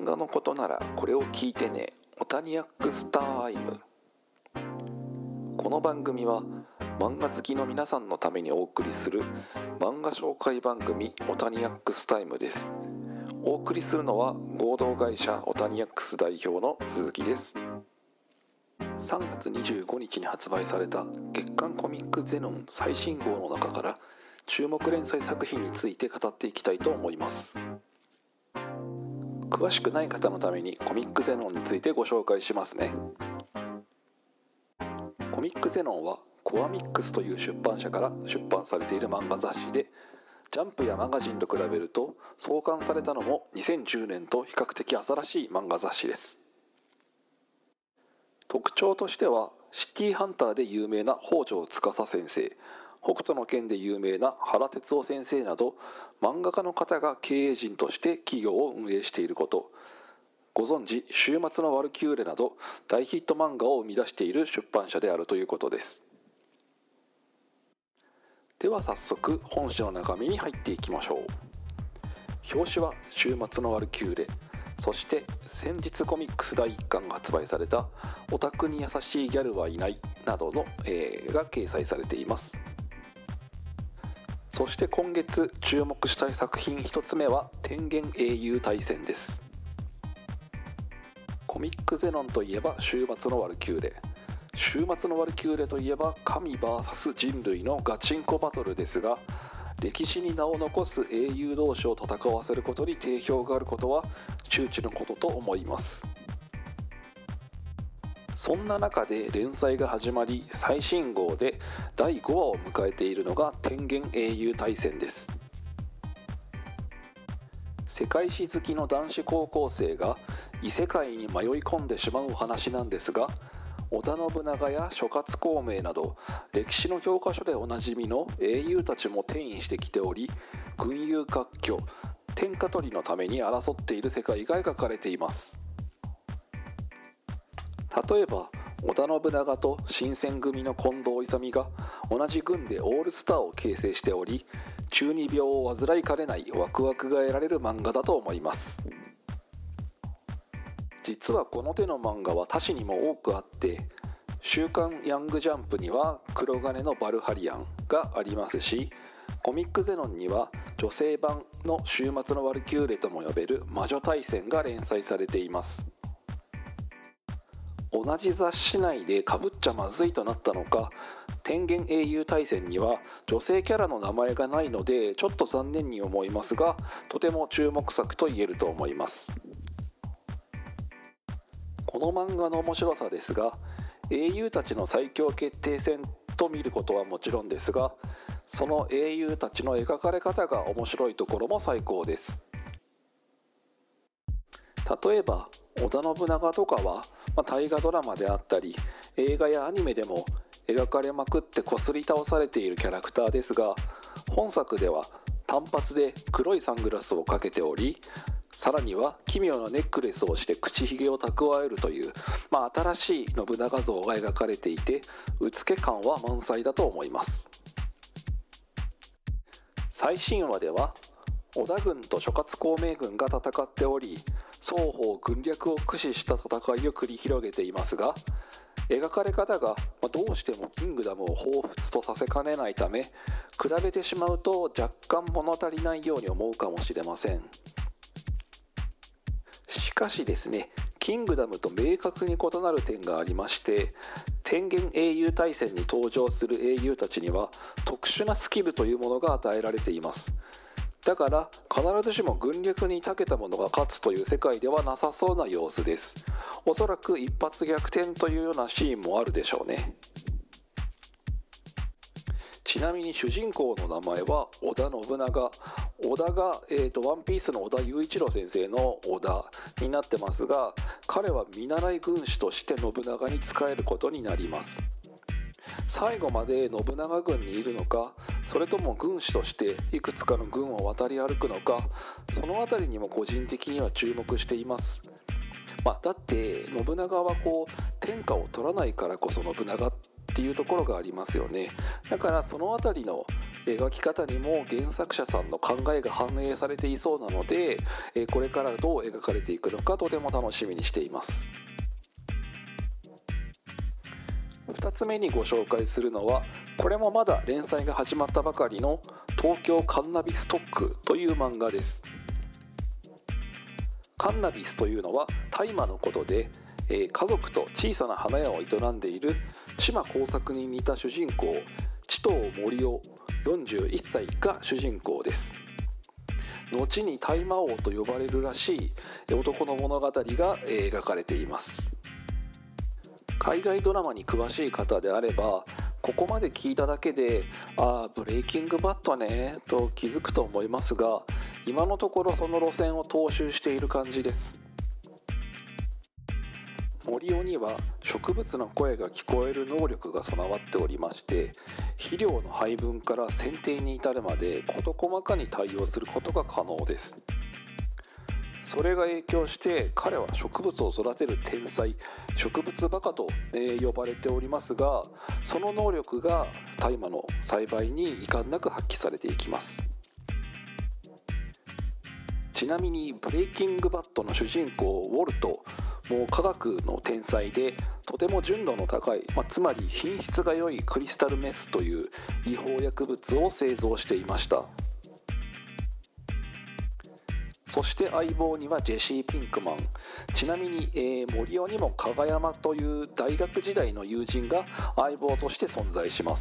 画のことならこれを聞いてね、オタニアックスタイム。この番組は漫画好きの皆さんのためにお送りする漫画紹介番組オタニアックスタイムです。お送りするのは合同会社オタニアックス代表の鈴木です。3月25日に発売された月刊コミックゼノン最新号の中から注目連載作品について語っていきたいと思います。詳しくない方のためにコミックゼノンについてご紹介しますね。コミックゼノンはコアミックスという出版社から出版されている漫画雑誌で、ジャンプやマガジンと比べると創刊されたのも2010年と比較的新しい漫画雑誌です。特徴としてはシティハンターで有名な北条司先生、北斗の拳で有名な原哲夫先生など漫画家の方が経営陣として企業を運営していること、ご存知週末のワルキューレなど大ヒット漫画を生み出している出版社であるということです。では早速本誌の中身に入っていきましょう。表紙は週末のワルキューレ、そして先日コミックス第1巻が発売されたオタクに優しいギャルはいないなどのが掲載されています。そして今月注目したい作品1つ目は天元英雄大戦です。コミックゼノンといえば週末のワルキューレ、週末のワルキューレといえば神 VS 人類のガチンコバトルですが、歴史に名を残す英雄同士を戦わせることに定評があることは周知のことと思います。そんな中で連載が始まり、最新号で第5話を迎えているのが天元英雄大戦です。世界史好きの男子高校生が異世界に迷い込んでしまうお話なんですが、織田信長や諸葛孔明など歴史の教科書でおなじみの英雄たちも転移してきており、群雄割拠、天下取りのために争っている世界が描かれています。例えば織田信長と新選組の近藤勇が同じ軍でオールスターを形成しており、中二病を患いかねないワクワクが得られる漫画だと思います。実はこの手の漫画は他誌にも多くあって、週刊ヤングジャンプには黒金のバルハリアンがありますし、コミックゼノンには女性版の週末のワルキューレとも呼べる魔女大戦が連載されています。同じ雑誌内で被っちゃまずいとなったのか、天元英雄大戦には女性キャラの名前がないのでちょっと残念に思いますが、とても注目作と言えると思います。この漫画の面白さですが、英雄たちの最強決定戦と見ることはもちろんですが、その英雄たちの描かれ方が面白いところも最高です。例えば織田信長とかは、大河ドラマであったり映画やアニメでも描かれまくってこすり倒されているキャラクターですが、本作では単発で黒いサングラスをかけており、さらには奇妙なネックレスをして口ひげを蓄えるという、新しい信長像が描かれていて、うつけ感は満載だと思います。最新話では織田軍と諸葛孔明軍が戦っており、双方軍略を駆使した戦いを繰り広げていますが、描かれ方がどうしてもキングダムを彷彿とさせかねないため、比べてしまうと若干物足りないように思うかもしれません。しかしですね、キングダムと明確に異なる点がありまして、天元英雄大戦に登場する英雄たちには特殊なスキルというものが与えられています。だから必ずしも軍略に長けた者が勝つという世界ではなさそうな様子です。おそらく一発逆転というようなシーンもあるでしょうね。ちなみに主人公の名前は織田信長、織田が、ワンピースの織田裕一郎先生の織田になってますが、彼は見習い軍師として信長に仕えることになります。最後まで信長軍にいるのか、それとも軍師としていくつかの軍を渡り歩くのか、そのあたりにも個人的には注目しています。だって信長は天下を取らないからこそ信長っっていうところがありますよね。だからそのあたりの描き方にも原作者さんの考えが反映されていそうなので、これからどう描かれていくのかとても楽しみにしています。2つ目にご紹介するのは、これもまだ連載が始まったばかりの東京カンナビストックという漫画です。カンナビスというのは大麻のことで、家族と小さな花屋を営んでいる島耕作に似た主人公、千藤森夫41歳が主人公です。後に大麻王と呼ばれるらしい男の物語が描かれています。海外ドラマに詳しい方であれば、ここまで聞いただけでブレイキングバッドねと気づくと思いますが、今のところその路線を踏襲している感じです。森尾には植物の声が聞こえる能力が備わっておりまして、肥料の配分から剪定に至るまで事細かに対応することが可能です。それが影響して彼は植物を育てる天才、植物バカと呼ばれておりますが、その能力が大麻の栽培に遺憾なく発揮されていきます。ちなみにブレイキングバッドの主人公ウォルトも科学の天才で、とても純度の高い、つまり品質が良いクリスタルメスという違法薬物を製造していました。そして相棒にはジェシー・ピンクマン。ちなみに、森尾にも加賀山という大学時代の友人が相棒として存在します。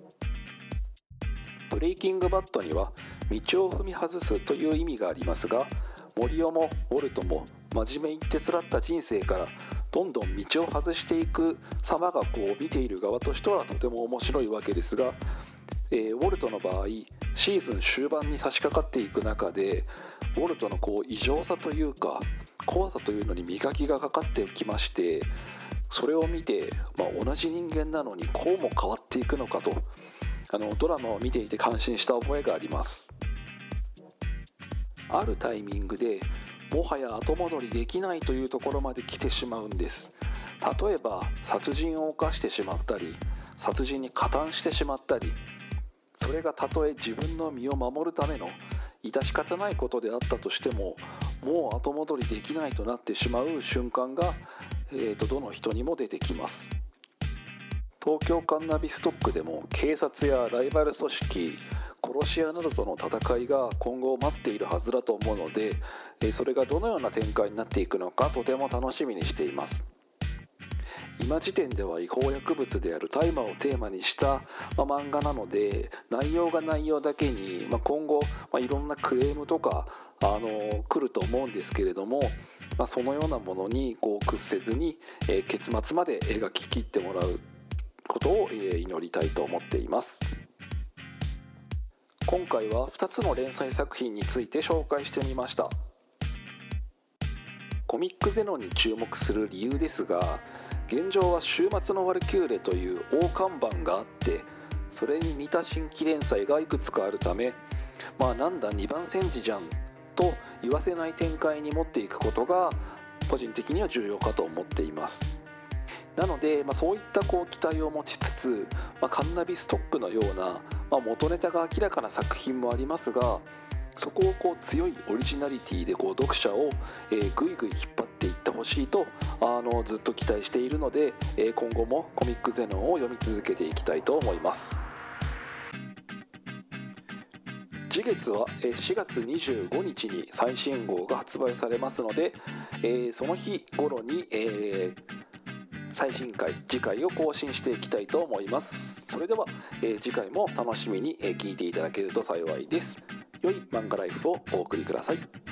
ブレイキングバッドには道を踏み外すという意味がありますが、森尾もウォルトも真面目にてつらった人生からどんどん道を外していく様が見ている側としてはとても面白いわけですが、ウォルトの場合シーズン終盤に差し掛かっていく中で、ウォルトの異常さというか怖さというのに磨きがかかってきまして、それを見て、同じ人間なのにこうも変わっていくのかと、ドラマを見ていて感心した覚えがあります。あるタイミングでもはや後戻りできないというところまで来てしまうんです。例えば殺人を犯してしまったり、殺人に加担してしまったり、それがたとえ自分の身を守るための致し方ないことであったとしても、もう後戻りできないとなってしまう瞬間が、どの人にも出てきます。東京カンナビストックでも警察やライバル組織、殺し屋などとの戦いが今後待っているはずだと思うので、それがどのような展開になっていくのかとても楽しみにしています。今時点では違法薬物である大麻をテーマにした、漫画なので、内容が内容だけに、今後、いろんなクレームとか来ると思うんですけれども、そのようなものに屈せずに、結末まで描き切ってもらうことを祈りたいと思っています。今回は2つの連載作品について紹介してみました。コミックゼノンに注目する理由ですが、現状は週末のワルキューレという大看板があって、それに似た新規連載がいくつかあるため、なんだ2番煎じじゃんと言わせない展開に持っていくことが個人的には重要かと思っています。なので、そういった期待を持ちつつ、カンナビストックのような、元ネタが明らかな作品もありますが、そこを強いオリジナリティで読者をぐいぐい引っ張っていってほしいとずっと期待しているので、今後もコミックゼノンを読み続けていきたいと思います。次月は4月25日に最新号が発売されますので、その日頃に、最新回次回を更新していきたいと思います。それでは、次回も楽しみに聞いていただけると幸いです。良い漫画ライフをお送りください。